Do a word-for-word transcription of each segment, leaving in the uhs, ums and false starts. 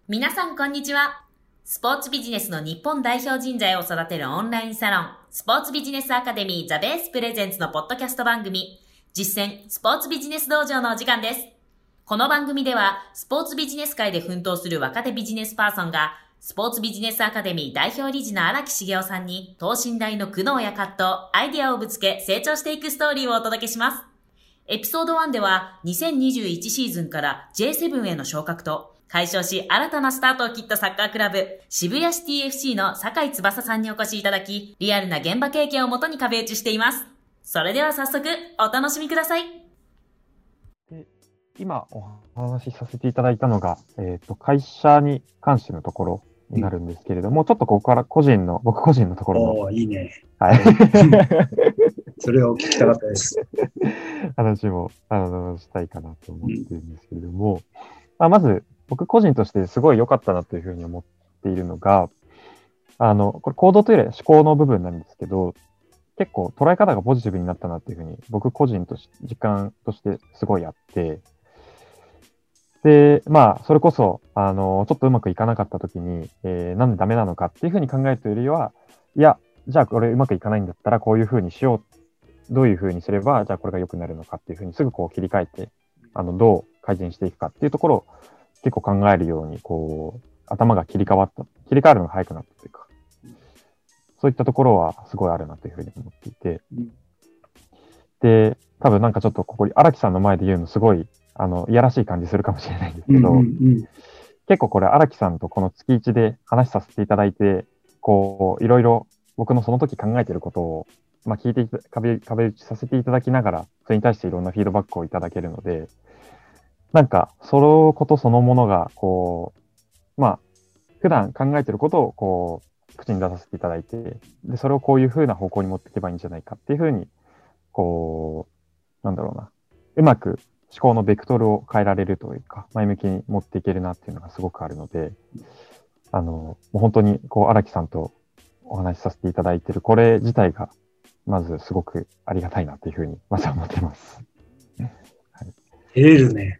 皆さんこんにちは。スポーツビジネスの日本代表人材を育てるオンラインサロン、スポーツビジネスアカデミーザベースプレゼンツのポッドキャスト番組、実践スポーツビジネス道場のお時間です。この番組では、スポーツビジネス界で奮闘する若手ビジネスパーソンが、スポーツビジネスアカデミー代表理事の荒木茂雄さんに、等身大の苦悩や葛藤、アイディアをぶつけ、成長していくストーリーをお届けします。エピソードワンでは、にせんにじゅういちシーズンから ジェイセブン への昇格と、解消し新たなスタートを切ったサッカークラブ、渋谷シティ エフシー の酒井翼さんにお越しいただき、リアルな現場経験をもとに壁打ちしています。それでは早速、お楽しみください。 で今お話しさせていただいたのが、えーと、会社に関してのところになるんですけれども、うん、ちょっとここから個人の、僕個人のところの。 おー、いいね。 はい。 それを聞きたかったです。 話も、あの、したいかなと思っているんですけれども、うんまあ、まず、僕個人としてすごい良かったなというふうに思っているのが、あの、これ行動というより思考の部分なんですけど、結構捉え方がポジティブになったなというふうに、僕個人として、実感としてすごいあって、で、まあ、それこそ、あの、ちょっとうまくいかなかった時に、えー、なんでダメなのかっていうふうに考えるというよりは、いや、じゃあこれうまくいかないんだったらこういうふうにしよう。どういうふうにすれば、じゃあこれが良くなるのかっていうふうにすぐこう切り替えて、あの、どう改善していくかっていうところを結構考えるように、こう、頭が切り替わった、切り替わるのが早くなったというか、そういったところはすごいあるなというふうに思っていて、で、多分なんかちょっとここに荒木さんの前で言うのすごい、あの、いやらしい感じするかもしれないんですけど、うんうんうん、結構これ荒木さんとこの月一で話させていただいて、こう、いろいろ僕のその時考えていることを、まあ聞いて壁、壁打ちさせていただきながら、それに対していろんなフィードバックをいただけるので、なんか、そのことそのものが、こう、まあ、普段考えていることを、こう、口に出させていただいて、で、それをこういう風な方向に持っていけばいいんじゃないかっていう風に、こう、なんだろうな、うまく思考のベクトルを変えられるというか、前向きに持っていけるなっていうのがすごくあるので、あの、もう本当に、こう、荒木さんとお話しさせていただいている、これ自体が、まずすごくありがたいなという風に、まずは思っています。 照れるね。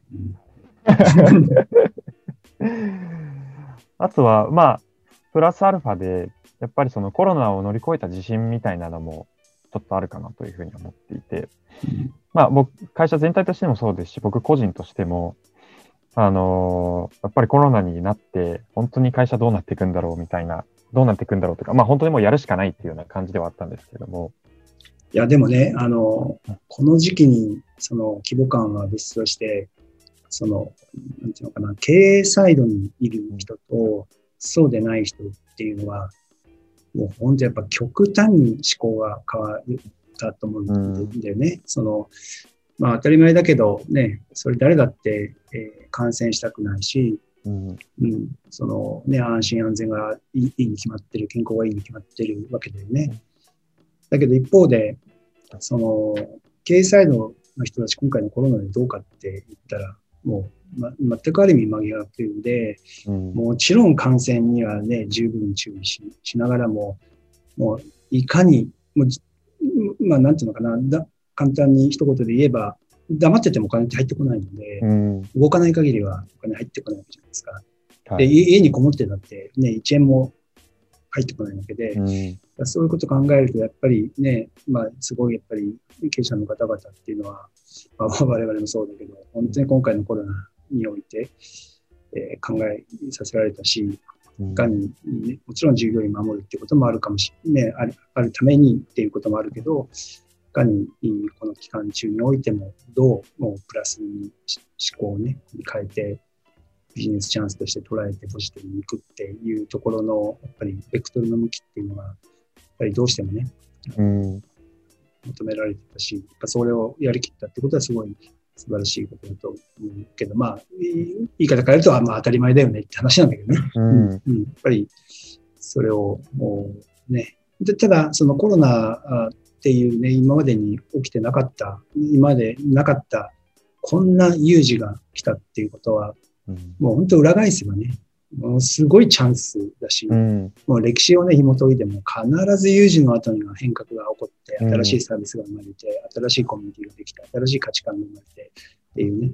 あとは、まあ、プラスアルファで、やっぱりそのコロナを乗り越えた自信みたいなのもちょっとあるかなというふうに思っていて、まあ僕、会社全体としてもそうですし、僕個人としても、あのー、やっぱりコロナになって、本当に会社どうなっていくんだろうみたいな、どうなっていくんだろうというか、まあ本当にもうやるしかないっていうような感じではあったんですけども。 いや、でもね、あの、この時期にその規模感は別として、その、なんていうのかな、経営サイドにいる人と、そうでない人っていうのは、もう本当やっぱ極端に思考が変わったと思うんだよね。うん、その、まあ当たり前だけどね、それ誰だって、えー、感染したくないし、うんうん、そのね、安心安全がいい、いいに決まってる、健康がいいに決まってるわけだよね。うん、だけど一方で、その、経営サイドの人たち、今回のコロナでどうかって言ったら、もう、ま、全くある意味真逆で、うん、もちろん感染にはね、十分注意 し, しながらも、もう、いかに、もうまあ、なんていうのかな、だ簡単に一言で言えば、黙っててもお金って入ってこないので、うん、動かない限りはお金入ってこないわけじゃないですか。はい、で、家にこもってだって、ね、いちえんも入ってこないわけで、うん、そういうことを考えると、やっぱりね、まあ、すごいやっぱり経営者の方々っていうのは、まあ、我々もそうだけど、本当に今回のコロナにおいて、えー、考えさせられたし、いかに、ね、もちろん従業員守るっていうこともあるかもしれない、ね、ある、あるためにっていうこともあるけど、いかにこの期間中においても、どうもうプラスに思考をね、変えて、ビジネスチャンスとして捉えてポジティブにいくっていうところの、やっぱりベクトルの向きっていうのは、やっぱりどうしてもね、うん、求められてたし、やっぱそれをやりきったってことはすごい素晴らしいことだと思うけど、まあ、言い方変えると、まあ当たり前だよねって話なんだけどね。うんうん、やっぱり、それをもうね、でただ、そのコロナっていうね、今までに起きてなかった、今までなかった、こんな有事が来たっていうことは、うん、もう本当裏返せばね、もうすごいチャンスだし、うん、もう歴史をね、紐解いても必ず有事の後には変革が起こって、新しいサービスが生まれて、新しいコミュニティができて、新しい価値観が生まれてっていうね、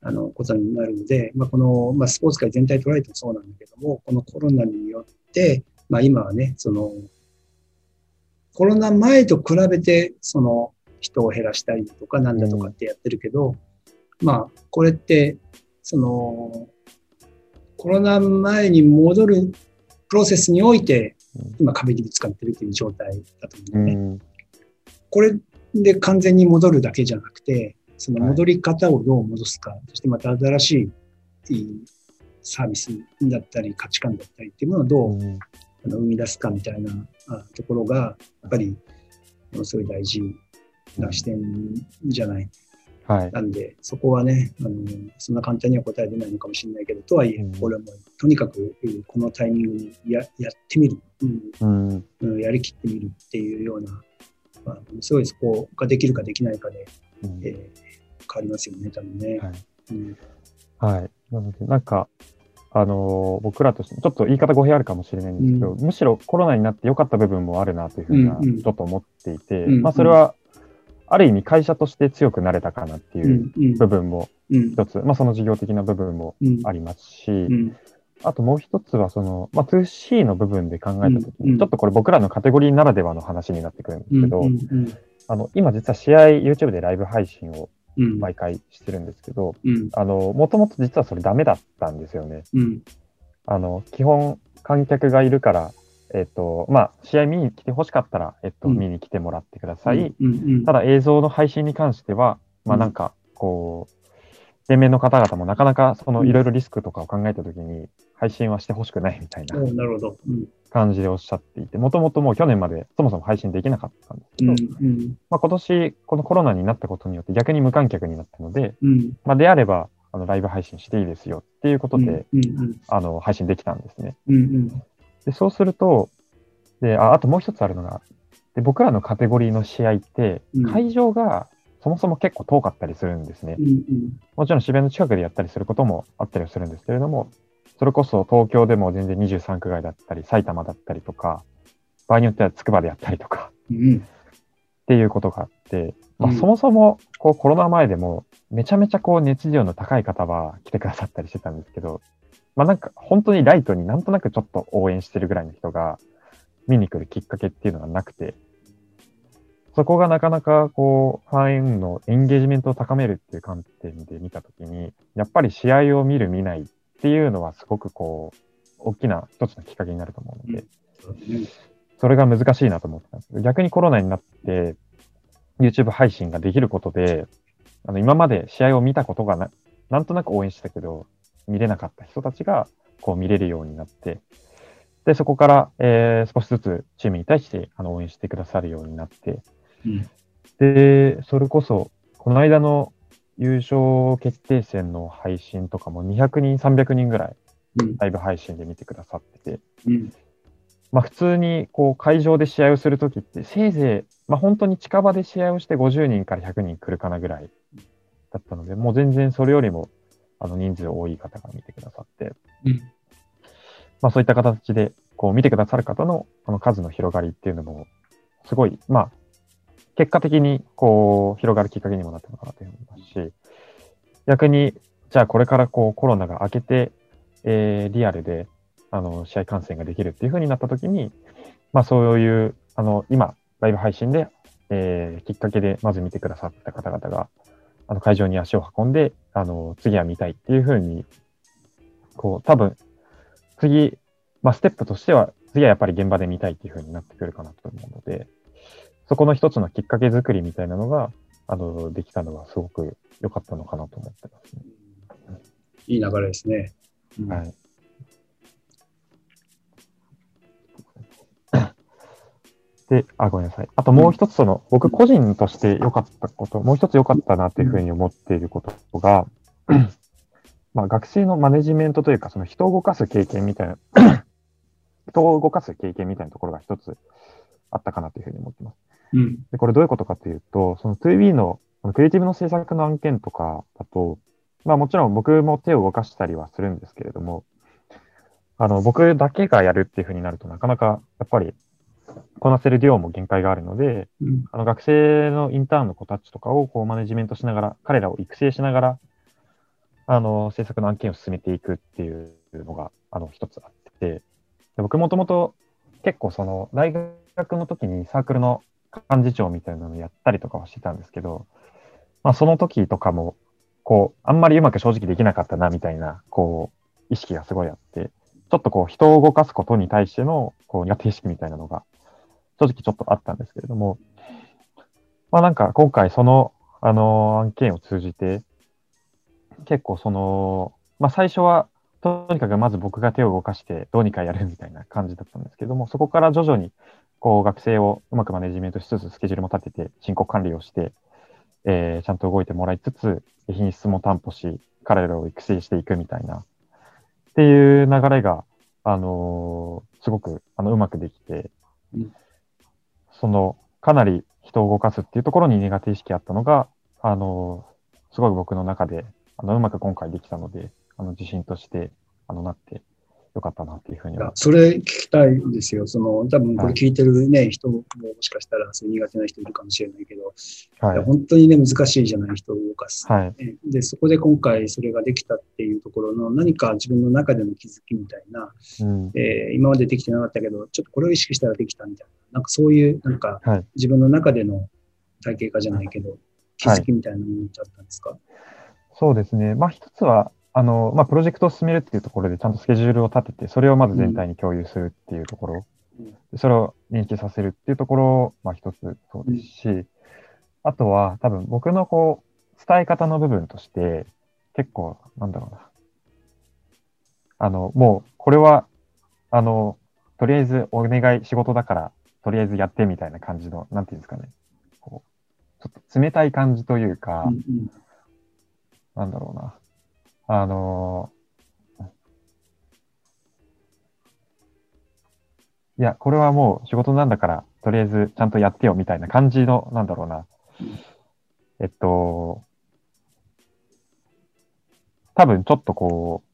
あの、ことになるので、まあ、この、まあ、スポーツ界全体捉えてもそうなんだけども、このコロナによって、まあ、今はね、その、コロナ前と比べて、その、人を減らしたりとか、なんだとかってやってるけど、うん、まあ、これって、その、コロナ前に戻るプロセスにおいて、今壁にぶつかってるという状態だと思うね。うん、これで完全に戻るだけじゃなくて、その戻り方をどう戻すか、はい、そしてまた新しいサービスだったり価値観だったりっていうものをどう、うん、あの生み出すかみたいなところが、やっぱりものすごい大事な視点じゃない。はい、なんで、そこはね、あの、そんな簡単には答え出ないのかもしれないけど、とはいえ、うん、これはもう、とにかく、このタイミングにややってみる、うんうん、やりきってみるっていうような、まあ、すごいそこができるかできないかで、うんえー、変わりますよね、多分ね。 はい。うん、はい、なので、なんか、あのー、僕らとして、ちょっと言い方語弊あるかもしれないんですけど、うん、むしろコロナになって良かった部分もあるなというふうには、ちょっと思っていて、うんうん、まあ、それは、ある意味会社として強くなれたかなっていう部分も一つ、うんうん、まあその事業的な部分もありますし、うん、あともう一つはその、まあ ツーシー の部分で考えたときに、うん、ちょっとこれ僕らのカテゴリーならではの話になってくるんですけど、うんうんうん、あの今実は試合 YouTube でライブ配信を毎回してるんですけど、うん、あの、もともと実はそれダメだったんですよね。うん、あの、基本観客がいるから、えっと、まあ、試合見に来てほしかったら、えっと、うん、見に来てもらってください。うんうんうん、ただ映像の配信に関しては、まあなんか、こう、連盟の方々もなかなか、そのいろいろリスクとかを考えたときに、配信はしてほしくないみたいな感じでおっしゃっていて、もともともう去年までそもそも配信できなかったんですけど、うんうん、まあ今年、このコロナになったことによって逆に無観客になったので、うん、まあであれば、あの、ライブ配信していいですよっていうことで、うんうんうん、あの、配信できたんですね。うんうんで、そうすると、で、あ、あともう一つあるのが、で僕らのカテゴリーの試合って、会場がそもそも結構遠かったりするんですね。うんうん、もちろん渋谷の近くでやったりすることもあったりするんですけれども、それこそ東京でも全然にじゅうさんくがいだったり、埼玉だったりとか、場合によっては筑波でやったりとか、うん、っていうことがあって、まあ、そもそもこうコロナ前でもめちゃめちゃこう熱量の高い方は来てくださったりしてたんですけど、まあなんか本当にライトになんとなくちょっと応援してるぐらいの人が見に来るきっかけっていうのがなくて、そこがなかなかこうファンのエンゲージメントを高めるっていう観点で見たときに、やっぱり試合を見る見ないっていうのはすごくこう大きな一つのきっかけになると思うので、それが難しいなと思ってたんですけど、逆にコロナになって YouTube 配信ができることで、あの今まで試合を見たことが な, なんとなく応援してたけど、見れなかった人たちがこう見れるようになって、で、そこから、えー、少しずつチームに対してあの応援してくださるようになって、うん、で、それこそ、この間の優勝決定戦の配信とかもにひゃくにん、さんびゃくにんぐらいライブ配信で見てくださってて、うん、まあ普通にこう会場で試合をするときって、せいぜい、まあ本当に近場で試合をしてごじゅうにんからひゃくにん来るかなぐらいだったので、もう全然それよりもあの人数多い方が見てくださって、うん、まあそういった形でこう見てくださる方のあの数の広がりっていうのもすごい、まあ結果的にこう広がるきっかけにもなったのかなと思いますし、逆にじゃあこれからこうコロナが明けて、えー、リアルであの試合観戦ができるっていう風になった時に、まあそういうあの今ライブ配信で、えー、きっかけでまず見てくださった方々があの会場に足を運んで、あの、次は見たいっていう風に、こう、多分、次、まあ、ステップとしては、次はやっぱり現場で見たいっていう風になってくるかなと思うので、そこの一つのきっかけ作りみたいなのが、あの、できたのはすごく良かったのかなと思ってますね。 いい流れですね。 うん、はい。で、あ、ごめんなさい。あともう一つその、うん、僕個人として良かったこと、もう一つ良かったなというふうに思っていることが、うん、まあ学生のマネジメントというか、その人を動かす経験みたいな、人を動かす経験みたいなところが一つあったかなというふうに思ってます。うん、でこれどういうことかというと、その ツービー のクリエイティブの制作の案件とかだと、まあもちろん僕も手を動かしたりはするんですけれども、あの僕だけがやるっていうふうになるとなかなかやっぱりこなせる量も限界があるので、うん、あの学生のインターンの子たちとかをこうマネジメントしながら、彼らを育成しながら、 あの、制作の案件を進めていくっていうのが、あの、一つあって、で僕もともと結構その、大学の時にサークルの幹事長みたいなのをやったりとかはしてたんですけど、まあその時とかも、こう、あんまりうまく正直できなかったなみたいな、こう、意識がすごいあって、ちょっとこう、人を動かすことに対しての、こう、苦手意識みたいなのが、正直ちょっとあったんですけれども、まあなんか今回その、あの、案件を通じて、結構その、まあ最初は、とにかくまず僕が手を動かしてどうにかやるみたいな感じだったんですけども、そこから徐々に、こう学生をうまくマネジメントしつつ、スケジュールも立てて、進行管理をして、えー、ちゃんと動いてもらいつつ、品質も担保し、彼らを育成していくみたいな、っていう流れが、あのーすごく、あの、うまくできて、 うん、 その、かなり人を動かすっていうところに苦手意識あったのが、あのーすごい僕の中で、あの、うまく今回できたので、あの、自信として、あの、なってよかったなっていうふうに思います。 それ聞きたいんですよ。その、多分これ聞いてるね、はい、人ももしかしたらそれ苦手な人いるかもしれないけど、はい、いや本当にね、難しいじゃない、人を動かす、 はい。 で、そこで今回それができたっていうところの何か自分の中での気づきみたいな、うんえー、今までできてなかったけど、ちょっとこれを意識したらできたみたいな、なんかそういう、なんか、自分の中での体系化じゃないけど、気づきみたいなものってあったんですか？はい、 そうですね。まあ一つは、あの、まあ、プロジェクトを進めるっていうところで、ちゃんとスケジュールを立てて、それをまず全体に共有するっていうところ、うん、それを認知させるっていうところ、まあ、一つそうですし、うん、あとは、多分僕のこう、伝え方の部分として、結構、なんだろうな。あの、もう、これは、あの、とりあえずお願い、仕事だから、とりあえずやってみたいな感じの、なんていうんですかね。こう、ちょっと冷たい感じというか、うんうん、なんだろうな。あのー、いや、これはもう仕事なんだから、とりあえずちゃんとやってよみたいな感じの、なんだろうな。えっと、多分ちょっとこ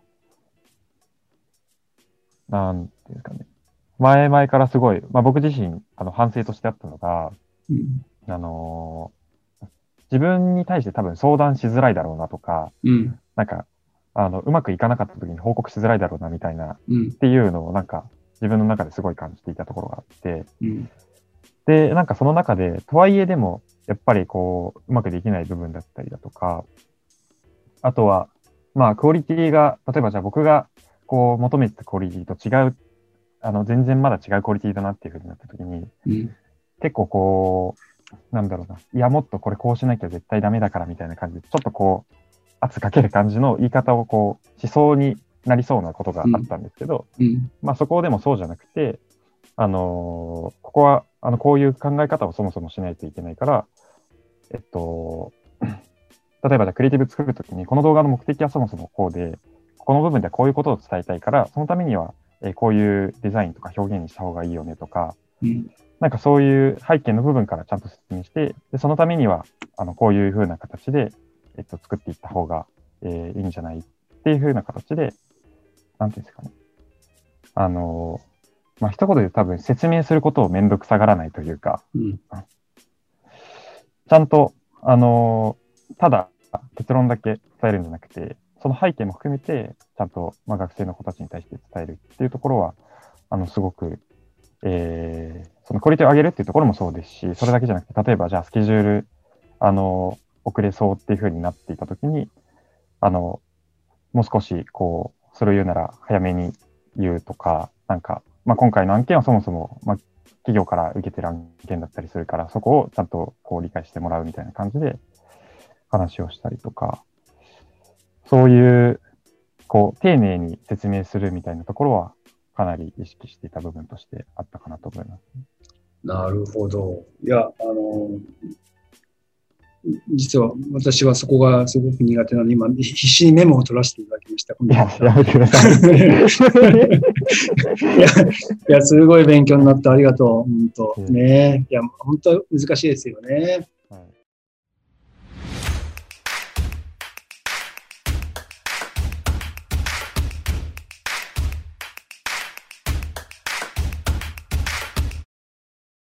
う、なんていうんですかね。前々からすごい、まあ僕自身、あの、反省としてあったのが、うん、あのー、自分に対して多分相談しづらいだろうなとか、うん、なんか、あの、うまくいかなかった時に報告しづらいだろうなみたいな、うん、っていうのをなんか自分の中ですごい感じていたところがあって、うん、で、なんかその中で、とはいえでも、やっぱりこう、うまくできない部分だったりだとか、あとは、まあ、クオリティが、例えばじゃあ僕がこう求めてたクオリティと違う、あの、全然まだ違うクオリティだなっていう風になった時に、うん、結構こう、なんだろうな、いや、もっとこれこうしなきゃ絶対ダメだからみたいな感じで、ちょっとこう、圧かける感じの言い方をこう、しそうになりそうなことがあったんですけど、うんうん、まあそこでもそうじゃなくて、あのー、ここは、あの、こういう考え方をそもそもしないといけないから、えっと、例えばじゃクリエイティブ作るときに、この動画の目的はそもそもこうで、この部分ではこういうことを伝えたいから、そのためには、えー、こういうデザインとか表現にした方がいいよねとか、うん、なんかそういう背景の部分からちゃんと説明して、でそのためには、あの、こういう風な形で、えっと、作っていった方が、えー、いいんじゃないっていう風な形で、なんていうんですかね。あのー、まあ、一言で多分説明することをめんどくさがらないというか、うん、ちゃんと、あのー、ただ結論だけ伝えるんじゃなくて、その背景も含めて、ちゃんと、まあ、学生の子たちに対して伝えるっていうところは、あの、すごく、えー、そのクオリティを上げるっていうところもそうですし、それだけじゃなくて、例えばじゃあスケジュール、あのー、遅れそうっていう風になっていたときに、あの、もう少し、こう、それを言うなら早めに言うとか、なんか、まあ、今回の案件はそもそも、まあ、企業から受けてる案件だったりするから、そこをちゃんとこう理解してもらうみたいな感じで話をしたりとか、そういう、こう、丁寧に説明するみたいなところは、かなり意識していた部分としてあったかなと思います。 なるほど。いや、あの、実は私はそこがすごく苦手なので、今必死にメモを取らせていただきました。 いや、やめてください。 いや、いや、すごい勉強になった。ありがとう。本当。ね。いや、本当難しいですよね。